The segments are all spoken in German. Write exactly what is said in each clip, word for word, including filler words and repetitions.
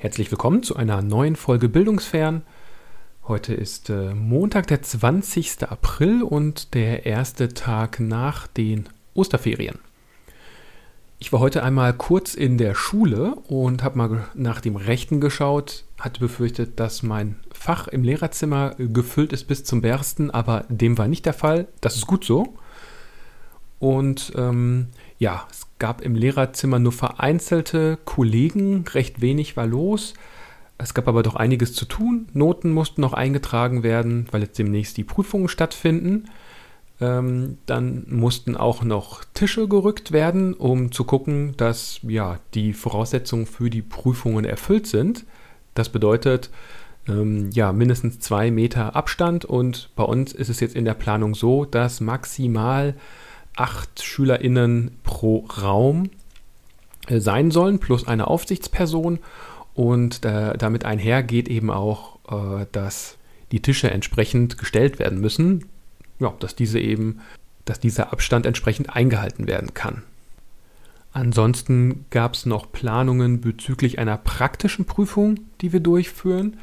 Herzlich willkommen zu einer neuen Folge Bildungsfern. Heute ist äh, Montag, der zwanzigster April und der erste Tag nach den Osterferien. Ich war heute einmal kurz in der Schule und habe mal nach dem Rechten geschaut, hatte befürchtet, dass mein Fach im Lehrerzimmer gefüllt ist bis zum Bersten, aber dem war nicht der Fall. Das ist gut so. Und ähm, ja, es gab im Lehrerzimmer nur vereinzelte Kollegen, recht wenig war los. Es gab aber doch einiges zu tun. Noten mussten noch eingetragen werden, weil jetzt demnächst die Prüfungen stattfinden. Ähm, dann mussten auch noch Tische gerückt werden, um zu gucken, dass ja, die Voraussetzungen für die Prüfungen erfüllt sind. Das bedeutet ähm, ja, mindestens zwei Meter Abstand und bei uns ist es jetzt in der Planung so, dass maximal acht SchülerInnen pro Raum äh, sein sollen, plus eine Aufsichtsperson. Und äh, damit einher geht eben auch, äh, dass die Tische entsprechend gestellt werden müssen, ja, dass diese eben, dass dieser Abstand entsprechend eingehalten werden kann. Ansonsten gab es noch Planungen bezüglich einer praktischen Prüfung, die wir durchführen.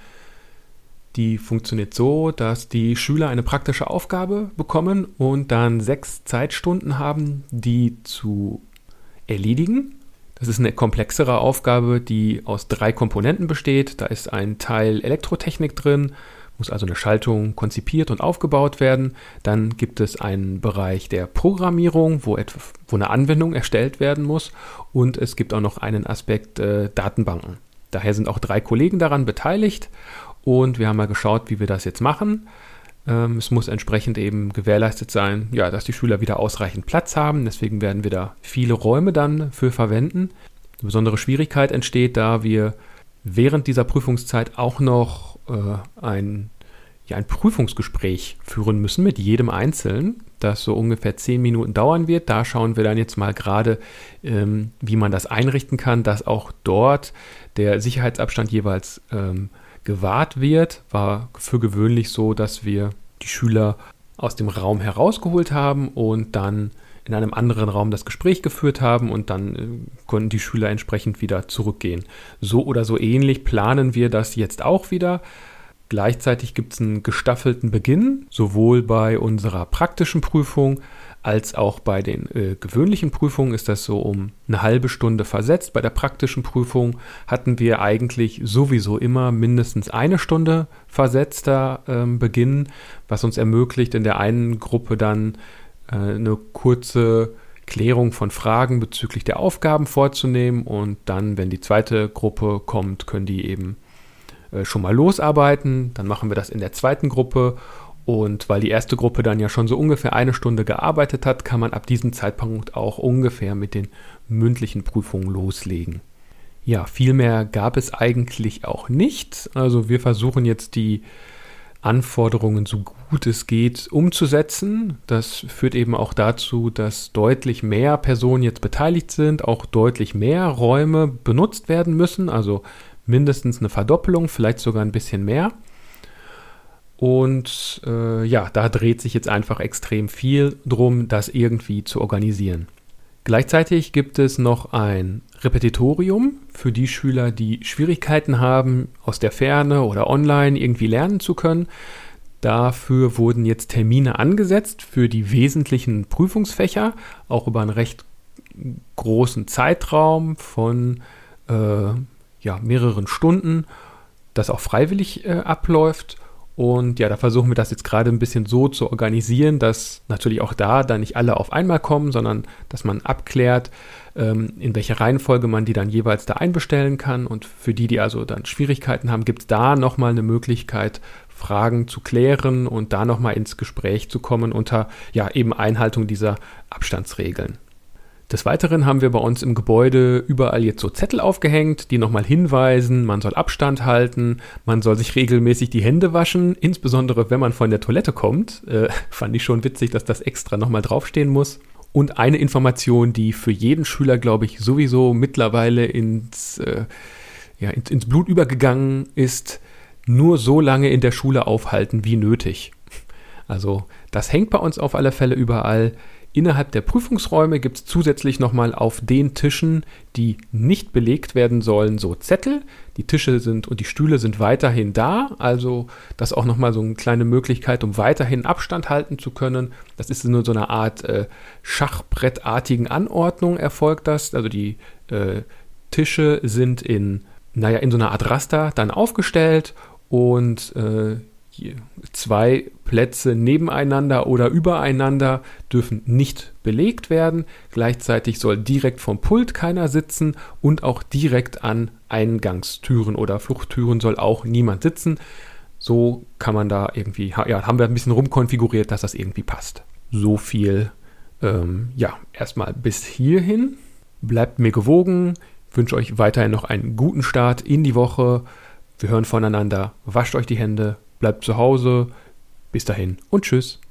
Die funktioniert so, dass die Schüler eine praktische Aufgabe bekommen und dann sechs Zeitstunden haben, die zu erledigen. Das ist eine komplexere Aufgabe, die aus drei Komponenten besteht. Da ist ein Teil Elektrotechnik drin, muss also eine Schaltung konzipiert und aufgebaut werden. Dann gibt es einen Bereich der Programmierung, wo, etwa, wo eine Anwendung erstellt werden muss. Und es gibt auch noch einen Aspekt äh, Datenbanken. Daher sind auch drei Kollegen daran beteiligt. Und wir haben mal geschaut, wie wir das jetzt machen. Ähm, es muss entsprechend eben gewährleistet sein, ja, dass die Schüler wieder ausreichend Platz haben. Deswegen werden wir da viele Räume dann für verwenden. Eine besondere Schwierigkeit entsteht, da wir während dieser Prüfungszeit auch noch äh, ein, ja, ein Prüfungsgespräch führen müssen mit jedem Einzelnen, das so ungefähr zehn Minuten dauern wird. Da schauen wir dann jetzt mal gerade, ähm, wie man das einrichten kann, dass auch dort der Sicherheitsabstand jeweils ähm, gewahrt wird. War für gewöhnlich so, dass wir die Schüler aus dem Raum herausgeholt haben und dann in einem anderen Raum das Gespräch geführt haben und dann äh, konnten die Schüler entsprechend wieder zurückgehen. So oder so ähnlich planen wir das jetzt auch wieder. Gleichzeitig gibt es einen gestaffelten Beginn, sowohl bei unserer praktischen Prüfung als auch bei den äh, gewöhnlichen Prüfungen ist das so um eine halbe Stunde versetzt. Bei der praktischen Prüfung hatten wir eigentlich sowieso immer mindestens eine Stunde versetzter ähm, Beginn, was uns ermöglicht, in der einen Gruppe dann äh, eine kurze Klärung von Fragen bezüglich der Aufgaben vorzunehmen und dann, wenn die zweite Gruppe kommt, können die eben äh, schon mal losarbeiten. Dann machen wir das in der zweiten Gruppe. Und weil die erste Gruppe dann ja schon so ungefähr eine Stunde gearbeitet hat, kann man ab diesem Zeitpunkt auch ungefähr mit den mündlichen Prüfungen loslegen. Ja, viel mehr gab es eigentlich auch nicht. Also wir versuchen jetzt die Anforderungen so gut es geht umzusetzen. Das führt eben auch dazu, dass deutlich mehr Personen jetzt beteiligt sind, auch deutlich mehr Räume benutzt werden müssen, also mindestens eine Verdoppelung, vielleicht sogar ein bisschen mehr. Und äh, ja, da dreht sich jetzt einfach extrem viel drum, das irgendwie zu organisieren. Gleichzeitig gibt es noch ein Repetitorium für die Schüler, die Schwierigkeiten haben, aus der Ferne oder online irgendwie lernen zu können. Dafür wurden jetzt Termine angesetzt für die wesentlichen Prüfungsfächer, auch über einen recht großen Zeitraum von äh, ja, mehreren Stunden, das auch freiwillig äh, abläuft. Und ja, da versuchen wir das jetzt gerade ein bisschen so zu organisieren, dass natürlich auch da dann nicht alle auf einmal kommen, sondern dass man abklärt, ähm, in welcher Reihenfolge man die dann jeweils da einbestellen kann. Und für die, die also dann Schwierigkeiten haben, gibt es da nochmal eine Möglichkeit, Fragen zu klären und da nochmal ins Gespräch zu kommen unter ja eben Einhaltung dieser Abstandsregeln. Des Weiteren haben wir bei uns im Gebäude überall jetzt so Zettel aufgehängt, die nochmal hinweisen, man soll Abstand halten, man soll sich regelmäßig die Hände waschen, insbesondere wenn man von der Toilette kommt. Äh, fand ich schon witzig, dass das extra nochmal draufstehen muss. Und eine Information, die für jeden Schüler, glaube ich, sowieso mittlerweile ins, äh, ja, ins, ins Blut übergegangen ist, nur so lange in der Schule aufhalten wie nötig. Also das hängt bei uns auf alle Fälle überall. Innerhalb der Prüfungsräume gibt es zusätzlich nochmal auf den Tischen, die nicht belegt werden sollen, so Zettel. Die Tische sind und die Stühle sind weiterhin da, also das ist auch nochmal so eine kleine Möglichkeit, um weiterhin Abstand halten zu können. Das ist nur so eine Art äh, schachbrettartigen Anordnung erfolgt das. Also die äh, Tische sind in, naja, in so einer Art Raster dann aufgestellt und äh, zwei Plätze nebeneinander oder übereinander dürfen nicht belegt werden. Gleichzeitig soll direkt vom Pult keiner sitzen und auch direkt an Eingangstüren oder Fluchttüren soll auch niemand sitzen. So kann man da irgendwie, ja, haben wir ein bisschen rumkonfiguriert, dass das irgendwie passt. So viel, ähm, ja, erstmal bis hierhin. Bleibt mir gewogen. Ich wünsche euch weiterhin noch einen guten Start in die Woche. Wir hören voneinander. Wascht euch die Hände. Bleibt zu Hause. Bis dahin und tschüss.